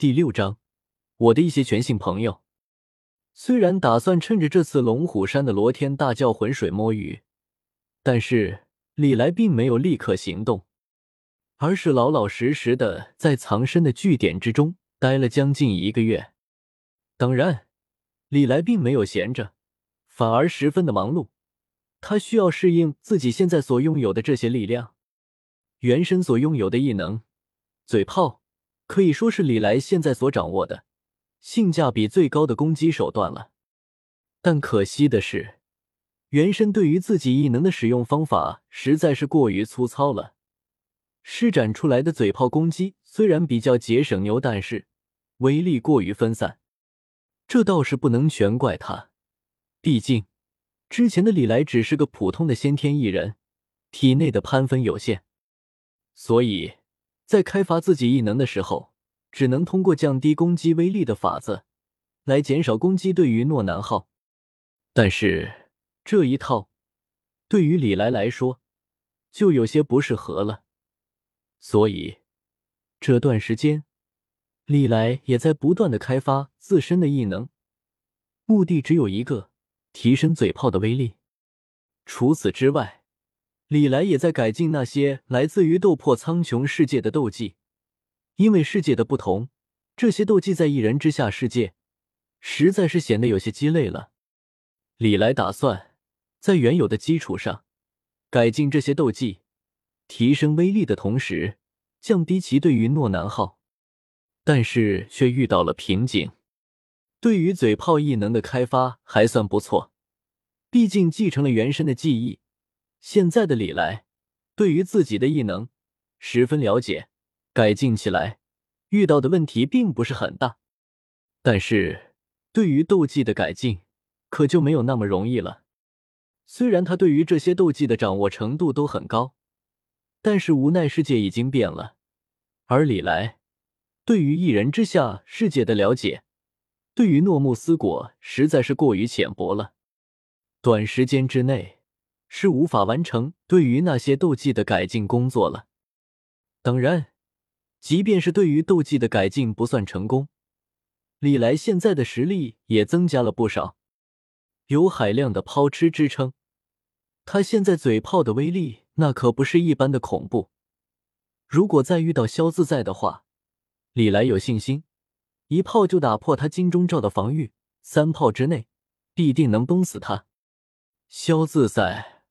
第6章，我的一些全性朋友。虽然打算趁着这次龙虎山的罗天大教浑水摸鱼，但是李来并没有立刻行动，而是老老实实的在藏身的据点之中待了将近1个月。当然，李来并没有闲着，反而十分的忙碌。他需要适应自己现在所拥有的这些力量。原身所拥有的异能嘴炮，可以说是李来现在所掌握的性价比最高的攻击手段了。但可惜的是，原身对于自己异能的使用方法实在是过于粗糙了。施展出来的嘴炮攻击虽然比较节省牛，但是威力过于分散。这倒是不能全怪他，毕竟之前的李来只是个普通的先天异人，体内的攀分有限，所以在开发自己异能的时候，只能通过降低攻击威力的法子来减少攻击对于诺南号。但是这一套对于李来来说就有些不适合了，所以这段时间李来也在不断的开发自身的异能，目的只有一个，提升嘴炮的威力。除此之外，李来也在改进那些来自于斗破苍穹世界的斗技，因为世界的不同，这些斗技在一人之下世界实在是显得有些鸡肋了。李来打算在原有的基础上改进这些斗技，提升威力的同时降低其对于诺南号，但是却遇到了瓶颈。对于嘴炮异能的开发还算不错，毕竟继承了原身的技艺，现在的李来对于自己的异能十分了解，改进起来遇到的问题并不是很大。但是对于斗技的改进可就没有那么容易了。虽然他对于这些斗技的掌握程度都很高，但是无奈世界已经变了，而李来对于一人之下世界的了解，对于诺木斯果实在是过于浅薄了，短时间之内是无法完成对于那些斗技的改进工作了。当然，即便是对于斗技的改进不算成功，李来现在的实力也增加了不少，有海量的抛吃支撑，他现在嘴炮的威力那可不是一般的恐怖。如果再遇到萧自在的话，李来有信心一炮就打破他金钟罩的防御，3炮之内必定能崩死他。萧自在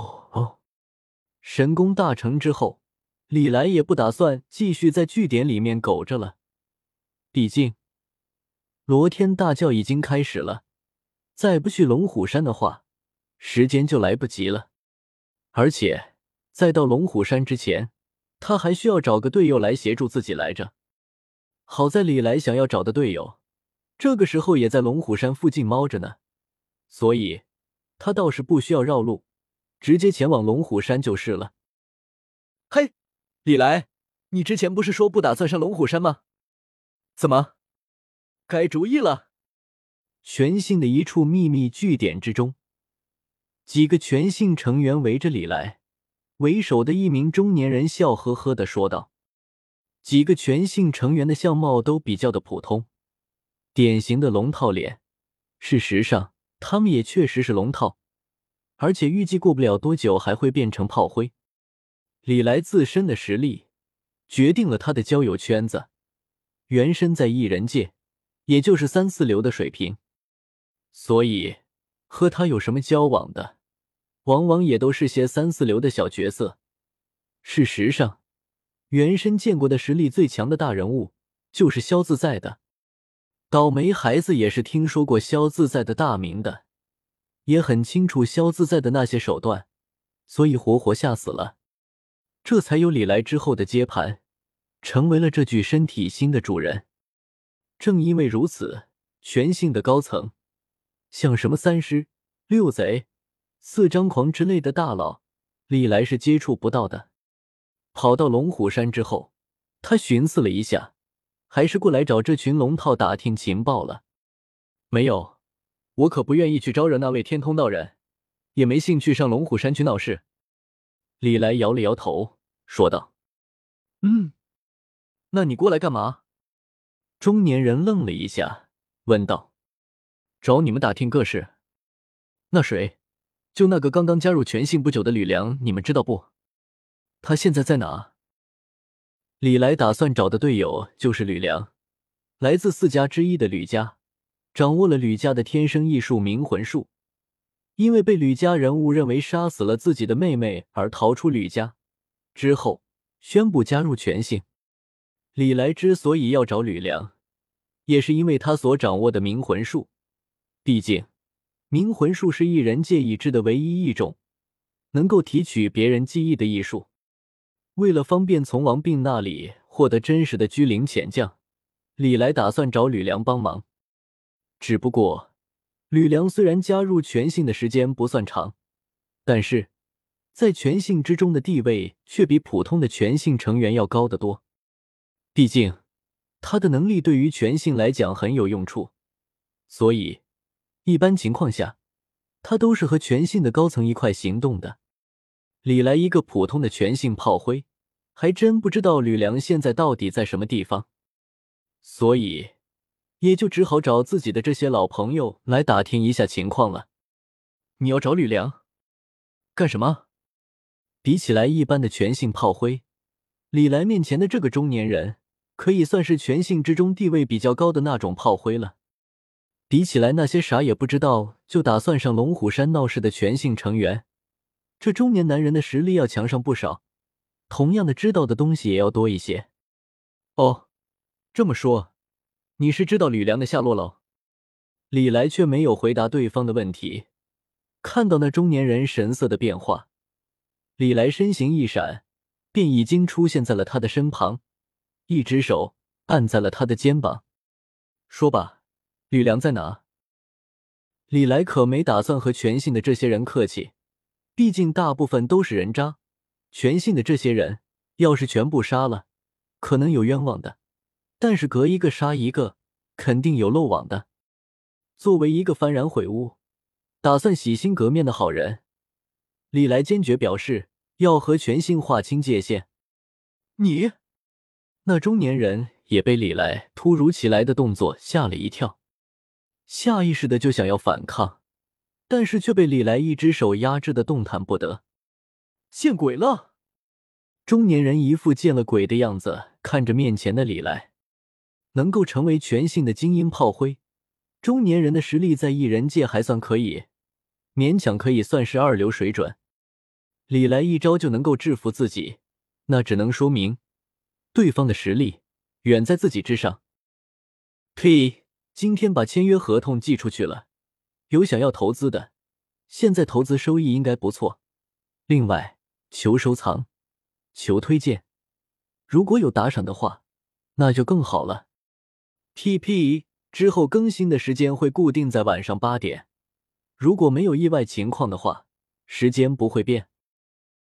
神功大成之后，李来也不打算继续在据点里面苟着了，毕竟罗天大教已经开始了，再不去龙虎山的话，时间就来不及了。而且在到龙虎山之前，他还需要找个队友来协助自己来着。好在李来想要找的队友这个时候也在龙虎山附近猫着呢，所以他倒是不需要绕路，直接前往龙虎山就是了。 嘿，李来，你之前不是说不打算上龙虎山吗？怎么改主意了？ 全信的一处秘密据点之中，几个全信成员围着李来，为首的一名中年人笑呵呵地说道。几个全信成员的相貌都比较的普通，典型的龙套脸，事实上他们也确实是龙套，而且预计过不了多久还会变成炮灰。李来自身的实力决定了他的交友圈子，原身在异人界也就是3、4流的水平，所以和他有什么交往的往往也都是些3、4流的小角色。事实上原身见过的实力最强的大人物就是萧自在的，倒霉孩子也是听说过萧自在的大名的，也很清楚萧自在的那些手段，所以活活吓死了。这才有李来之后的接盘，成为了这具身体新的主人。正因为如此，全信的高层像什么3师、6贼、4张狂之类的大佬，李来是接触不到的。跑到龙虎山之后，他寻思了一下，还是过来找这群龙套打听情报了。 没有，我可不愿意去招惹那位天通道人，也没兴趣上龙虎山去闹事。 李来摇了摇头说道。 那你过来干嘛？ 中年人愣了一下，问道：“找你们打听个事？那谁？就那个刚刚加入全信不久的吕梁，你们知道不？他现在在哪？”李来打算找的队友就是吕梁，来自4家之一的吕家，掌握了吕家的天生异术冥魂术。因为被吕家人误认为杀死了自己的妹妹而逃出吕家，之后宣布加入全信。李来之所以要找吕梁，也是因为他所掌握的冥魂术。毕竟冥魂术是异人界已知的唯一一种能够提取别人记忆的异术。为了方便从王病那里获得真实的居灵潜将，李来打算找吕梁帮忙。只不过吕梁虽然加入全信的时间不算长，但是在全信之中的地位却比普通的全信成员要高得多。毕竟他的能力对于全信来讲很有用处，所以一般情况下他都是和全信的高层一块行动的。李来一个普通的全信炮灰，还真不知道吕梁现在到底在什么地方，所以也就只好找自己的这些老朋友来打听一下情况了。你要找吕梁干什么？比起来一般的全信炮灰，李来面前的这个中年人可以算是全信之中地位比较高的那种炮灰了。比起来那些啥也不知道就打算上龙虎山闹事的全信成员，这中年男人的实力要强上不少，同样的知道的东西也要多一些。哦，这么说你是知道吕梁的下落喽？李来却没有回答对方的问题。看到那中年人神色的变化，李来身形一闪，便已经出现在了他的身旁，一只手按在了他的肩膀。说吧，吕梁在哪？李来可没打算和全信的这些人客气，毕竟大部分都是人渣，全信的这些人要是全部杀了，可能有冤枉的，但是隔一个杀一个，肯定有漏网的。作为一个幡然悔悟，打算洗心革面的好人，李来坚决表示要和全信划清界限。你？那中年人也被李来突如其来的动作吓了一跳，下意识的就想要反抗，但是却被李来一只手压制的动弹不得。见鬼了！中年人一副见了鬼的样子看着面前的李来，能够成为全信的精英炮灰，中年人的实力在异人界还算可以，勉强可以算是二流水准。李来一招就能够制服自己，那只能说明对方的实力远在自己之上。呸！今天把签约合同寄出去了，有想要投资的，现在投资收益应该不错。另外，求收藏，求推荐，如果有打赏的话，那就更好了。PP 之后更新的时间会固定在晚上8点，如果没有意外情况的话，时间不会变。